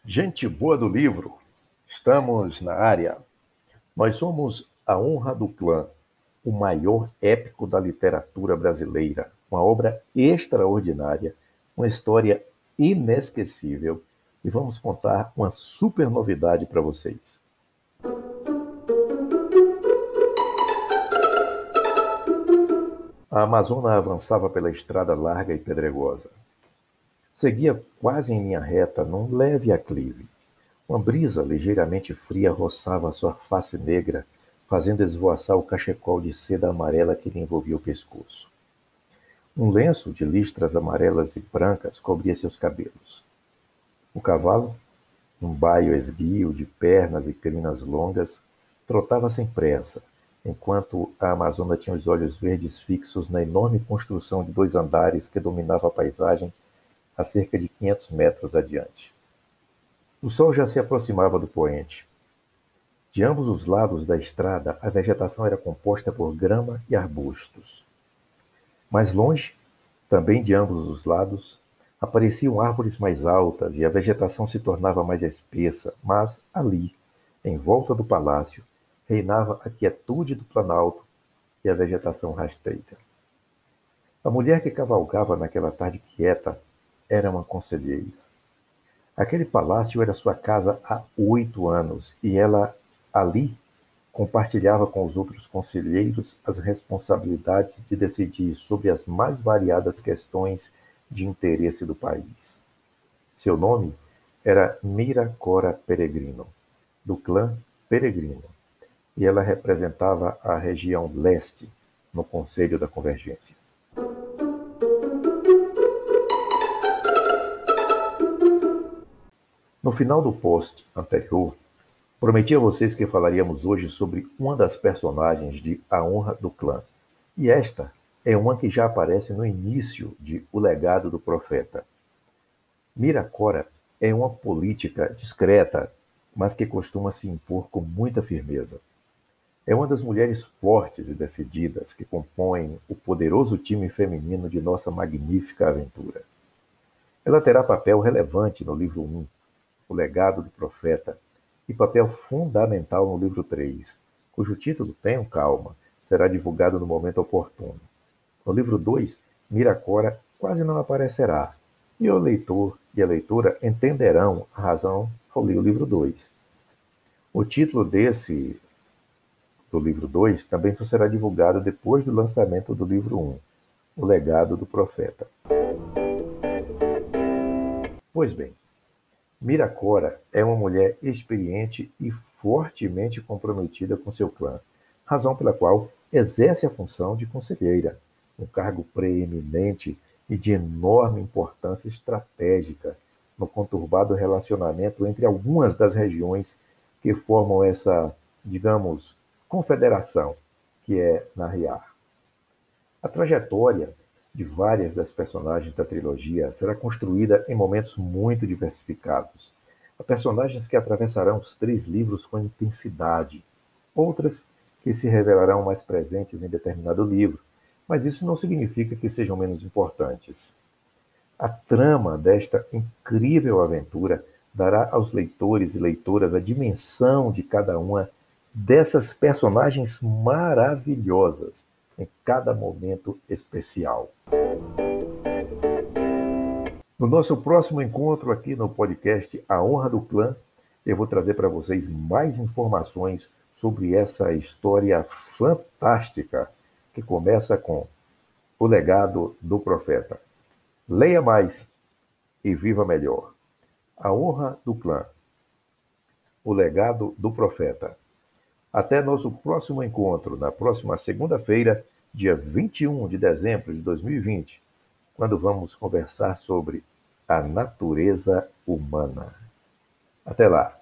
Gente boa do livro, estamos na área. Nós somos A Honra do Clã, o maior épico da literatura brasileira, uma obra extraordinária, uma história inesquecível, e vamos contar uma super novidade para vocês. A Amazônia avançava pela estrada larga e pedregosa. Seguia quase em linha reta, num leve aclive. Uma brisa ligeiramente fria roçava a sua face negra, fazendo esvoaçar o cachecol de seda amarela que lhe envolvia o pescoço. Um lenço de listras amarelas e brancas cobria seus cabelos. O cavalo, num baio esguio de pernas e crinas longas, trotava sem pressa, enquanto a amazona tinha os olhos verdes fixos na enorme construção de 2 andares que dominava a paisagem a cerca de 500 metros adiante. O sol já se aproximava do poente. De ambos os lados da estrada, a vegetação era composta por grama e arbustos. Mais longe, também de ambos os lados, apareciam árvores mais altas e a vegetação se tornava mais espessa, mas ali, em volta do palácio, reinava a quietude do planalto e a vegetação rasteira. A mulher que cavalgava naquela tarde quieta era uma conselheira. Aquele palácio era sua casa há 8 anos e ela, ali, compartilhava com os outros conselheiros as responsabilidades de decidir sobre as mais variadas questões de interesse do país. Seu nome era Mira Cora Peregrino, do clã Peregrino, e ela representava a região leste no Conselho da Convergência. No final do post anterior, prometi a vocês que falaríamos hoje sobre uma das personagens de A Honra do Clã. E esta é uma que já aparece no início de O Legado do Profeta. Mira Cora é uma política discreta, mas que costuma se impor com muita firmeza. É uma das mulheres fortes e decididas que compõem o poderoso time feminino de nossa magnífica aventura. Ela terá papel relevante no livro 1, O Legado do Profeta, e papel fundamental no livro 3, cujo título, tenham calma, será divulgado no momento oportuno. No livro 2, Mira Cora quase não aparecerá, e o leitor e a leitora entenderão a razão ao ler o livro 2. O título do livro 2 também só será divulgado depois do lançamento do livro 1, O Legado do Profeta. Pois bem, Mira Cora é uma mulher experiente e fortemente comprometida com seu clã, razão pela qual exerce a função de conselheira, um cargo preeminente e de enorme importância estratégica no conturbado relacionamento entre algumas das regiões que formam essa, digamos, confederação, que é Nahriar. A trajetória de várias das personagens da trilogia será construída em momentos muito diversificados. Há personagens que atravessarão os 3 livros com intensidade, outras que se revelarão mais presentes em determinado livro, mas isso não significa que sejam menos importantes. A trama desta incrível aventura dará aos leitores e leitoras a dimensão de cada uma dessas personagens maravilhosas em cada momento especial. No nosso próximo encontro aqui no podcast A Honra do Clã, eu vou trazer para vocês mais informações sobre essa história fantástica que começa com O Legado do Profeta. Leia mais e viva melhor. A Honra do Clã. O Legado do Profeta. Até nosso próximo encontro, na próxima segunda-feira, dia 21 de dezembro de 2020, quando vamos conversar sobre a natureza humana. Até lá!